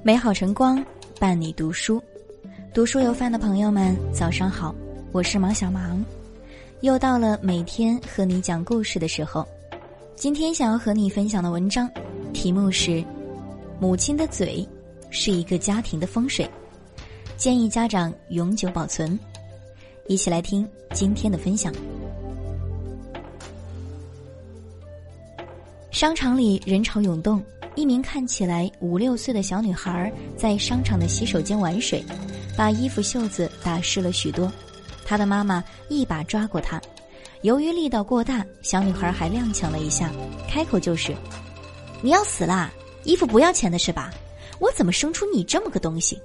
美好晨光伴你读书，读书有饭的朋友们早上好，我是芒小芒，又到了每天和你讲故事的时候。今天想要和你分享的文章题目是母亲的嘴是一个家庭的风水，建议家长永久保存。一起来听今天的分享。商场里人潮涌动，一名看起来5、6岁的小女孩在商场的洗手间玩水，把衣服袖子打湿了许多。她的妈妈一把抓过她，由于力道过大，小女孩还踉跄了一下，开口就是：“你要死啦！衣服不要钱的是吧？我怎么生出你这么个东西？”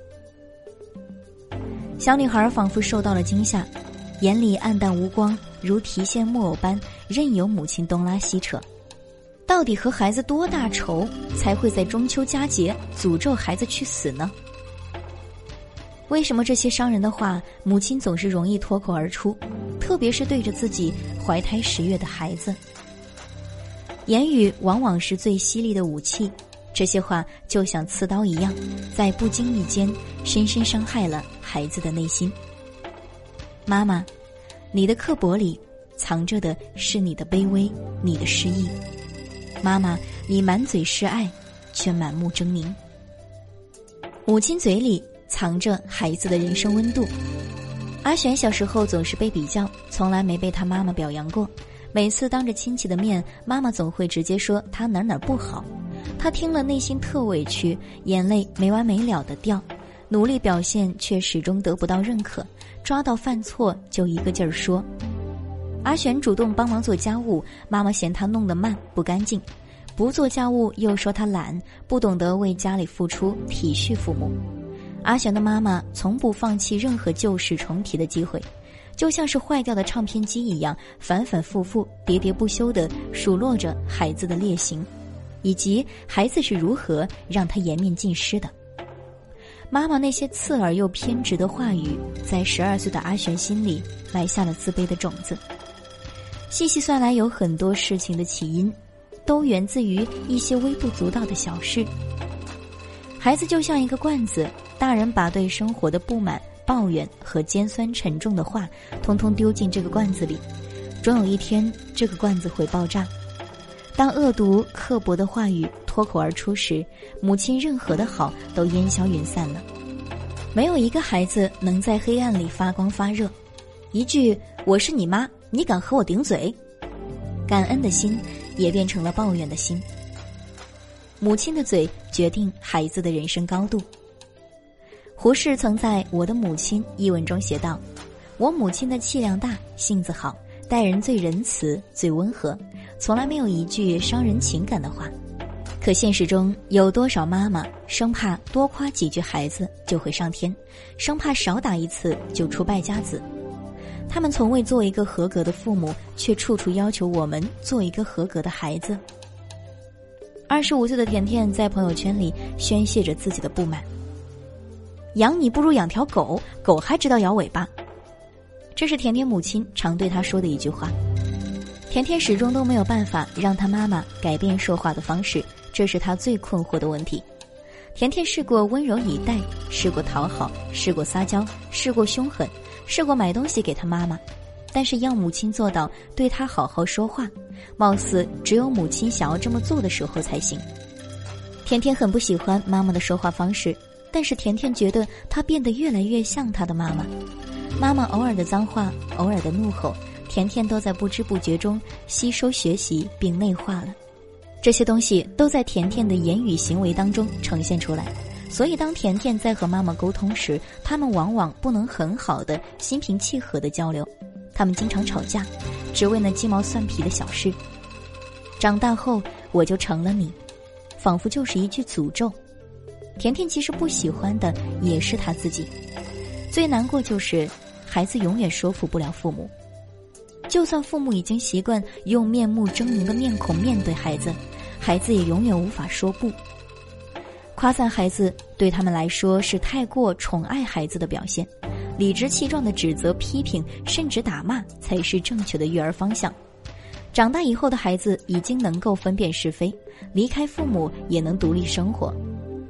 小女孩仿佛受到了惊吓，眼里暗淡无光，如提线木偶般任由母亲东拉西扯。到底和孩子多大仇，才会在中秋佳节诅咒孩子去死呢？为什么这些伤人的话，母亲总是容易脱口而出，特别是对着自己怀胎10月的孩子？言语往往是最犀利的武器，这些话就像刺刀一样，在不经意间深深伤害了孩子的内心。妈妈，你的刻薄里藏着的是你的卑微，你的失意。妈妈，你满嘴是爱，却满目狰狞。母亲嘴里藏着孩子的人生温度。阿璇小时候总是被比较，从来没被他妈妈表扬过。每次当着亲戚的面，妈妈总会直接说他哪儿不好。他听了内心特委屈，眼泪没完没了的掉，努力表现却始终得不到认可，抓到犯错就一个劲儿说。阿璇主动帮忙做家务，妈妈嫌他弄得慢不干净，不做家务又说他懒，不懂得为家里付出，体恤父母。阿璇的妈妈从不放弃任何旧事重提的机会，就像是坏掉的唱片机一样，反反复复喋喋不休地数落着孩子的劣行，以及孩子是如何让他颜面尽失的。妈妈那些刺耳又偏执的话语，在12岁的阿璇心里埋下了自卑的种子。细细算来，有很多事情的起因都源自于一些微不足道的小事。孩子就像一个罐子，大人把对生活的不满、抱怨和尖酸沉重的话通通丢进这个罐子里，总有一天这个罐子会爆炸。当恶毒刻薄的话语脱口而出时，母亲任何的好都烟消云散了。没有一个孩子能在黑暗里发光发热，一句我是你妈，你敢和我顶嘴，感恩的心也变成了抱怨的心。母亲的嘴决定孩子的人生高度。胡适曾在《我的母亲》一文中写道：我母亲的气量大，性子好，待人最仁慈最温和，从来没有一句伤人情感的话。可现实中有多少妈妈生怕多夸几句孩子就会上天，生怕少打一次就出败家子。他们从未做一个合格的父母，却处处要求我们做一个合格的孩子。25岁的甜甜在朋友圈里宣泄着自己的不满：养你不如养条狗，狗还知道摇尾巴。这是甜甜母亲常对她说的一句话。甜甜始终都没有办法让她妈妈改变说话的方式，这是她最困惑的问题。甜甜试过温柔以待，试过讨好，试过撒娇，试过凶狠，试过买东西给她妈妈，但是要母亲做到对她好好说话，貌似只有母亲想要这么做的时候才行。甜甜很不喜欢妈妈的说话方式，但是甜甜觉得她变得越来越像她的妈妈。妈妈偶尔的脏话，偶尔的怒吼，甜甜都在不知不觉中吸收学习并内化了。这些东西都在甜甜的言语行为当中呈现出来，所以当甜甜在和妈妈沟通时，他们往往不能很好的心平气和的交流，他们经常吵架，只为那鸡毛蒜皮的小事。长大后我就成了你，仿佛就是一句诅咒。甜甜其实不喜欢的也是她自己，最难过就是孩子永远说服不了父母。就算父母已经习惯用面目狰狞的面孔面对孩子，孩子也永远无法说不。夸赞孩子对他们来说是太过宠爱孩子的表现，理直气壮的指责批评甚至打骂才是正确的育儿方向。长大以后的孩子已经能够分辨是非，离开父母也能独立生活，可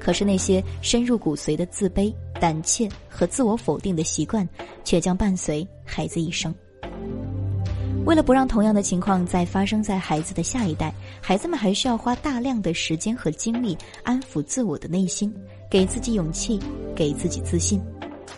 可是那些深入骨髓的自卑、胆怯和自我否定的习惯，却将伴随孩子一生。为了不让同样的情况再发生在孩子的下一代，孩子们还需要花大量的时间和精力安抚自我的内心，给自己勇气，给自己自信。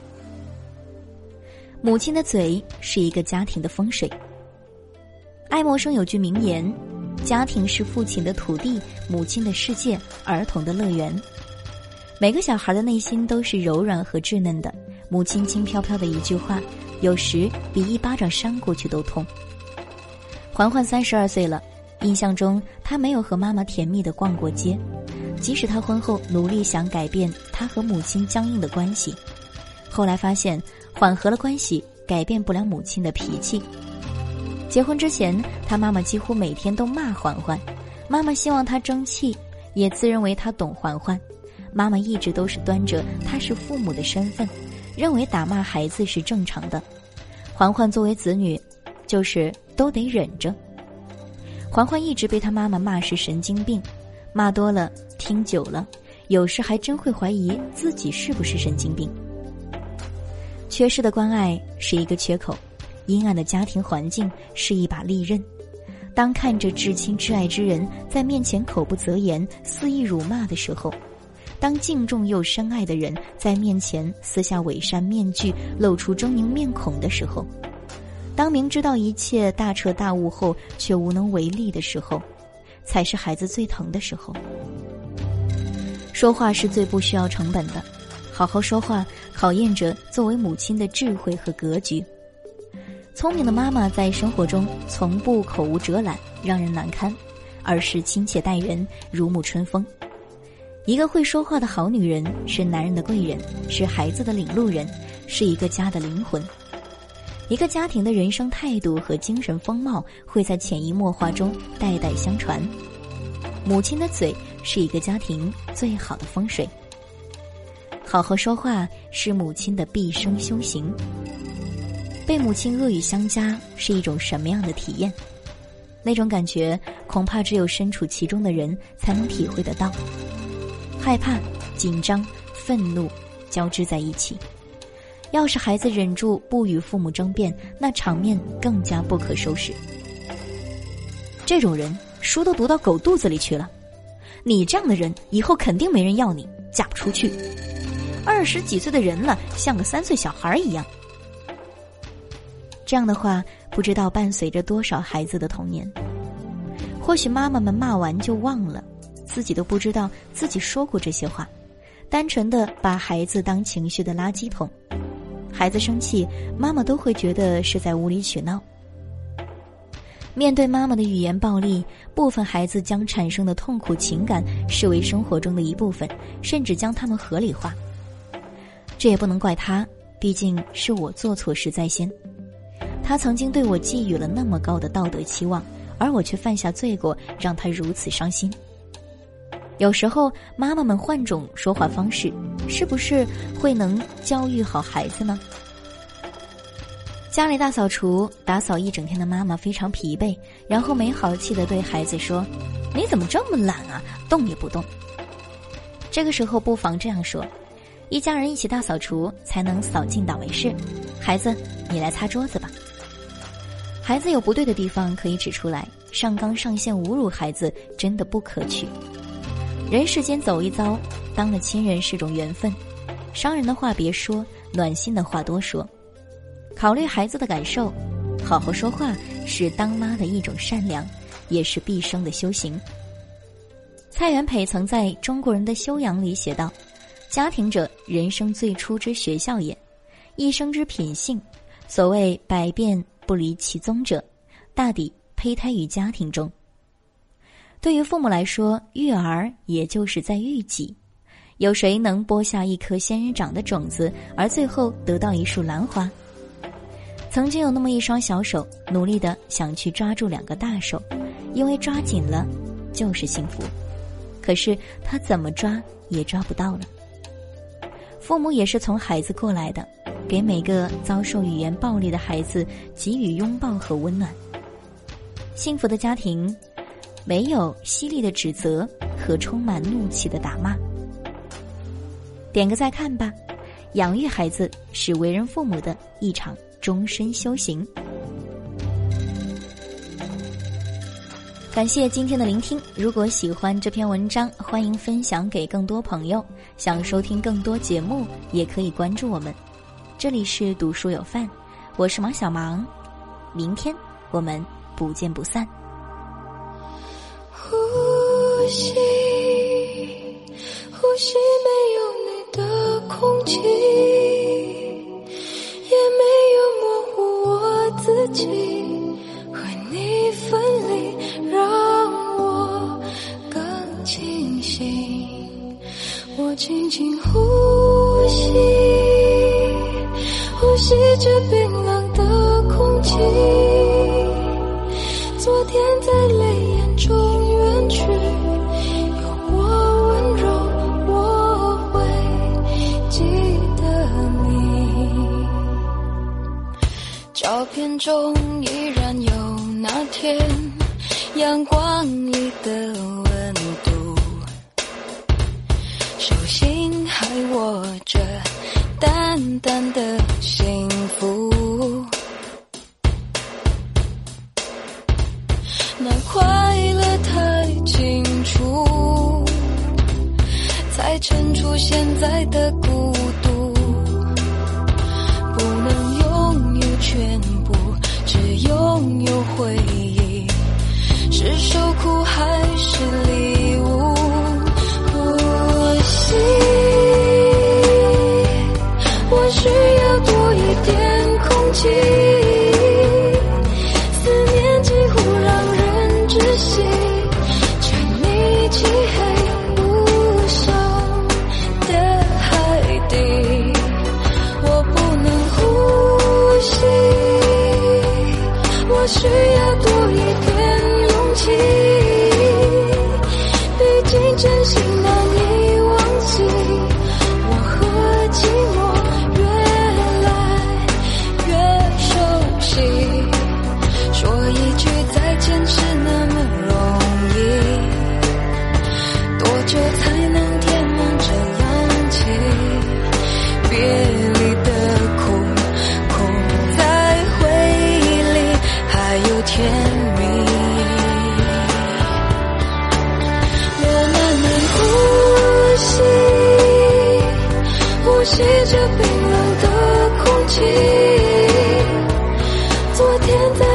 母亲的嘴是一个家庭的风水。爱默生有句名言：家庭是父亲的土地，母亲的世界，儿童的乐园。每个小孩的内心都是柔软和稚嫩的，母亲轻飘飘的一句话，有时比一巴掌扇过去都痛。环环32岁了，印象中他没有和妈妈甜蜜地逛过街，即使他婚后努力想改变他和母亲僵硬的关系，后来发现缓和了关系，改变不了母亲的脾气。结婚之前，他妈妈几乎每天都骂环环，妈妈希望他争气，也自认为他懂环环。妈妈一直都是端着他是父母的身份，认为打骂孩子是正常的。环环作为子女，就是都得忍着。环环一直被他妈妈骂是神经病，骂多了，听久了，有时还真会怀疑自己是不是神经病。缺失的关爱是一个缺口，阴暗的家庭环境是一把利刃。当看着至亲至爱之人在面前口不择言，肆意辱骂的时候，当敬重又深爱的人在面前撕下伪善面具，露出狰狞面孔的时候，当明知道一切大彻大悟后却无能为力的时候，才是孩子最疼的时候。说话是最不需要成本的，好好说话考验着作为母亲的智慧和格局。聪明的妈妈在生活中从不口无遮拦让人难堪，而是亲切待人，如沐春风。一个会说话的好女人是男人的贵人，是孩子的领路人，是一个家的灵魂。一个家庭的人生态度和精神风貌会在潜移默化中代代相传。母亲的嘴是一个家庭最好的风水。好好说话是母亲的毕生修行。被母亲恶语相加是一种什么样的体验？那种感觉恐怕只有身处其中的人才能体会得到。害怕、紧张、愤怒交织在一起。要是孩子忍住不与父母争辩，那场面更加不可收拾。这种人书都读到狗肚子里去了，你这样的人以后肯定没人要你，嫁不出去。20几岁的人了，像个3岁小孩一样。这样的话不知道伴随着多少孩子的童年。或许妈妈们骂完就忘了，自己都不知道自己说过这些话，单纯的把孩子当情绪的垃圾桶。孩子生气，妈妈都会觉得是在无理取闹。面对妈妈的语言暴力，部分孩子将产生的痛苦情感视为生活中的一部分，甚至将它们合理化。这也不能怪他，毕竟是我做错事在先。他曾经对我寄予了那么高的道德期望，而我却犯下罪过，让他如此伤心。有时候妈妈们换种说话方式，是不是会能教育好孩子呢？家里大扫除，打扫一整天的妈妈非常疲惫，然后没好气地对孩子说：“你怎么这么懒啊，动也不动。”这个时候不妨这样说：“一家人一起大扫除，才能扫尽倒霉事。孩子，你来擦桌子吧。”孩子有不对的地方可以指出来，上纲上线侮辱孩子真的不可取。人世间走一遭，当了亲人是种缘分，伤人的话别说，暖心的话多说。考虑孩子的感受，好好说话是当妈的一种善良，也是毕生的修行。蔡元培曾在《中国人的修养》里写道：家庭者，人生最初之学校也，一生之品性。所谓百变不离其宗者，大抵胚胎于家庭中。对于父母来说，育儿也就是在育己。有谁能播下一颗仙人掌的种子，而最后得到一束兰花？曾经有那么一双小手，努力地想去抓住2个大手，因为抓紧了就是幸福。可是他怎么抓也抓不到了。父母也是从孩子过来的，给每个遭受语言暴力的孩子给予拥抱和温暖。幸福的家庭没有犀利的指责和充满怒气的打骂。 点个再看吧。养育孩子是为人父母的一场终身修行。感谢今天的聆听，如果喜欢这篇文章，欢迎分享给更多朋友。想收听更多节目，也可以关注我们。这里是读书有范，我是毛小芒，明天我们不见不散。 呼吸，呼吸没有你的空气，也没有模糊我自己，和你分离让我更清醒。我轻轻呼吸，呼吸着冰冷的空气，昨天在泪眼中远去，有我温柔，我会记得你。照片中依然有那天阳光里的温度，手心还握着淡淡的幸福，那快乐太清楚，才衬出现在的孤独。不能拥有全部，只拥有回忆，是受苦还是礼物？呼吸，我需要多一点空气，思念几乎让人窒息，沉溺漆黑无声的海底，我不能呼吸，我需要多一点勇气，毕竟真心难以忘记，我和寂寞越来越熟悉，说一句再见是那么容易，多久才能填满这氧气？别离的空，空在回忆里还有甜蜜。我慢慢呼吸，呼吸着冰冷的空气，昨天在